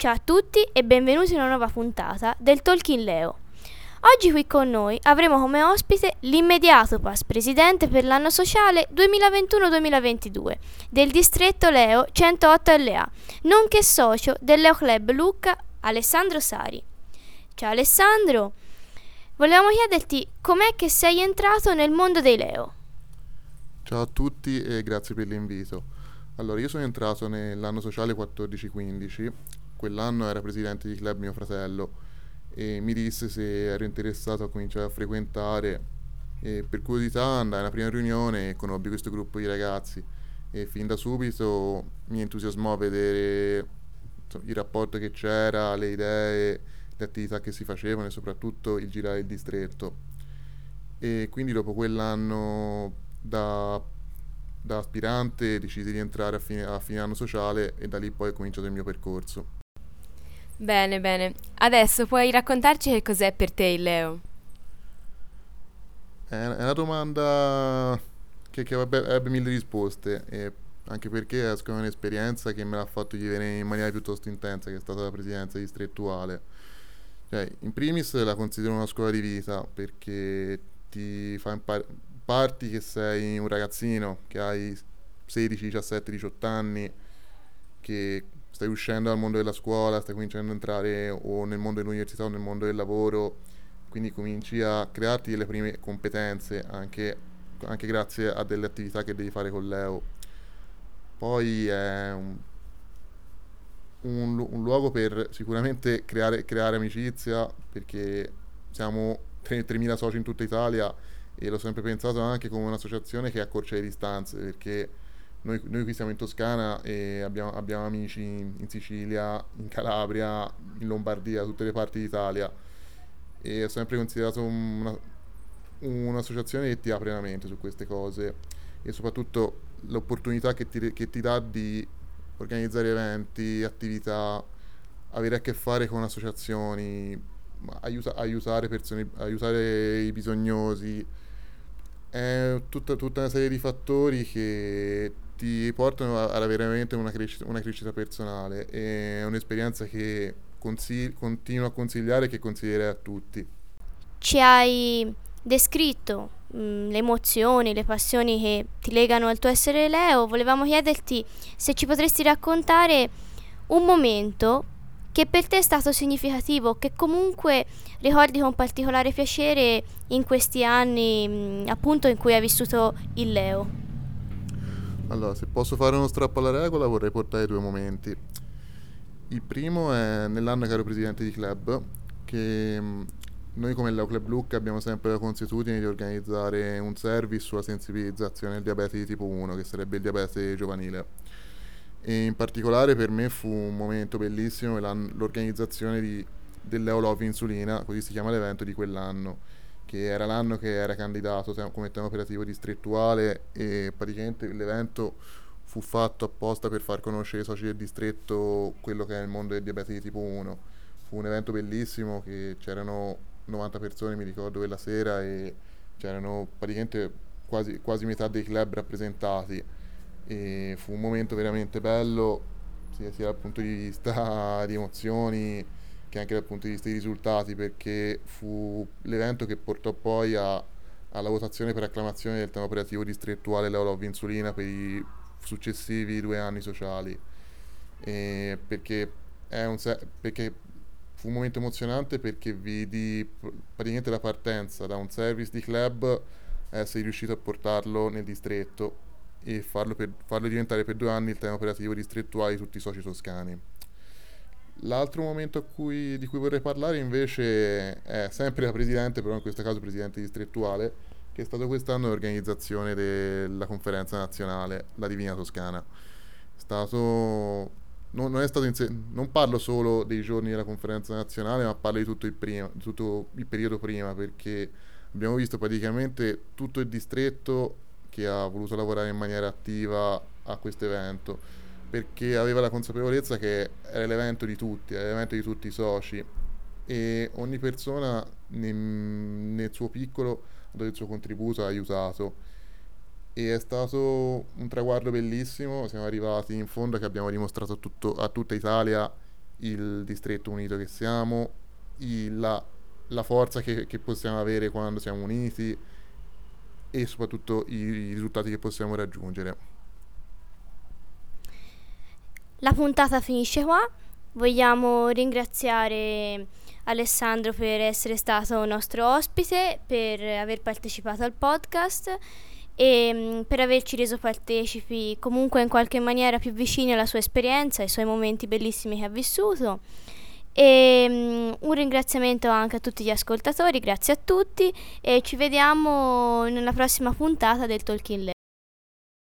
Ciao a tutti e benvenuti in una nuova puntata del Talking Leo. Oggi qui con noi avremo come ospite l'immediato past presidente per l'anno sociale 2021-2022 del distretto Leo 108 LA, nonché socio del Leo Club Lucca, Alessandro Sari. Ciao Alessandro, volevamo chiederti com'è che sei entrato nel mondo dei Leo. Ciao a tutti e grazie per l'invito. Allora, io sono entrato nell'anno sociale 14-15, quell'anno era presidente di club mio fratello e mi disse se ero interessato a cominciare a frequentare e per curiosità andai alla prima riunione e conobbi questo gruppo di ragazzi e fin da subito mi entusiasmò vedere il rapporto che c'era, le idee, le attività che si facevano e soprattutto il girare il distretto. E quindi dopo quell'anno da aspirante decisi di entrare a fine anno sociale e da lì poi è cominciato il mio percorso. Bene, bene. Adesso puoi raccontarci che cos'è per te il Leo? È una domanda che ebbe mille risposte, e anche perché è secondo me un'esperienza che me l'ha fatto vivere in maniera piuttosto intensa, che è stata la presidenza distrettuale. Cioè, in primis la considero una scuola di vita perché parti che sei un ragazzino, che hai 16, 17, 18 anni, che stai uscendo dal mondo della scuola, stai cominciando ad entrare o nel mondo dell'università o nel mondo del lavoro, quindi cominci a crearti delle prime competenze anche grazie a delle attività che devi fare con Leo. Poi è un luogo per sicuramente creare amicizia, perché siamo 3.000 soci in tutta Italia e l'ho sempre pensato anche come un'associazione che accorcia le distanze, perché noi qui siamo in Toscana e abbiamo amici in Sicilia, in Calabria, in Lombardia, da tutte le parti d'Italia, e ho sempre considerato un'associazione che ti apre la mente su queste cose e soprattutto l'opportunità che ti dà di organizzare eventi, attività, avere a che fare con associazioni, aiutare persone, aiutare i bisognosi. È tutta una serie di fattori che ti portano ad avere veramente una crescita personale. È un'esperienza che continuo a consigliare e che consiglierei a tutti. Ci hai descritto le emozioni, le passioni che ti legano al tuo essere Leo. Volevamo chiederti se ci potresti raccontare un momento che per te è stato significativo, che comunque ricordi con particolare piacere in questi anni, appunto, in cui hai vissuto il Leo. Allora, se posso fare uno strappo alla regola, vorrei portare due momenti. Il primo è nell'anno che ero presidente di club, che noi come Leo Club Look abbiamo sempre la consuetudine di organizzare un service sulla sensibilizzazione del diabete di tipo 1, che sarebbe il diabete giovanile. E in particolare per me fu un momento bellissimo l'organizzazione del Leo Love Insulina, così si chiama l'evento di quell'anno, che era l'anno che era candidato come tema operativo distrettuale, e praticamente l'evento fu fatto apposta per far conoscere ai soci del distretto quello che è il mondo del diabete di tipo 1. Fu un evento bellissimo, che c'erano 90 persone, mi ricordo, quella sera, e c'erano praticamente quasi metà dei club rappresentati, e fu un momento veramente bello sia dal punto di vista di emozioni che anche dal punto di vista di risultati, perché fu l'evento che portò poi alla votazione per acclamazione del tema operativo distrettuale Leo Love Insulina per i successivi 2 anni sociali. Perché, perché fu un momento emozionante, perché vidi praticamente la partenza da un service di club, essere riuscito a portarlo nel distretto e farlo diventare per 2 anni il tema operativo distrettuale di tutti i soci toscani. L'altro momento di cui vorrei parlare invece è sempre da presidente, però in questo caso presidente distrettuale, che è stato quest'anno l'organizzazione della conferenza nazionale, la Divina Toscana. È stato, non è stato non parlo solo dei giorni della conferenza nazionale, ma parlo di tutto il periodo prima, perché abbiamo visto praticamente tutto il distretto che ha voluto lavorare in maniera attiva a questo evento, perché aveva la consapevolezza che era l'evento di tutti, era l'evento di tutti i soci, e ogni persona nel suo piccolo ha dato il suo contributo, ha aiutato, e è stato un traguardo bellissimo. Siamo arrivati in fondo che abbiamo dimostrato a tutta Italia il distretto unito che siamo, la forza che possiamo avere quando siamo uniti e soprattutto i risultati che possiamo raggiungere. La puntata finisce qua. Vogliamo ringraziare Alessandro per essere stato nostro ospite, per aver partecipato al podcast e per averci reso partecipi comunque in qualche maniera più vicini alla sua esperienza, ai suoi momenti bellissimi che ha vissuto. E un ringraziamento anche a tutti gli ascoltatori, grazie a tutti e ci vediamo nella prossima puntata del Talking Leo.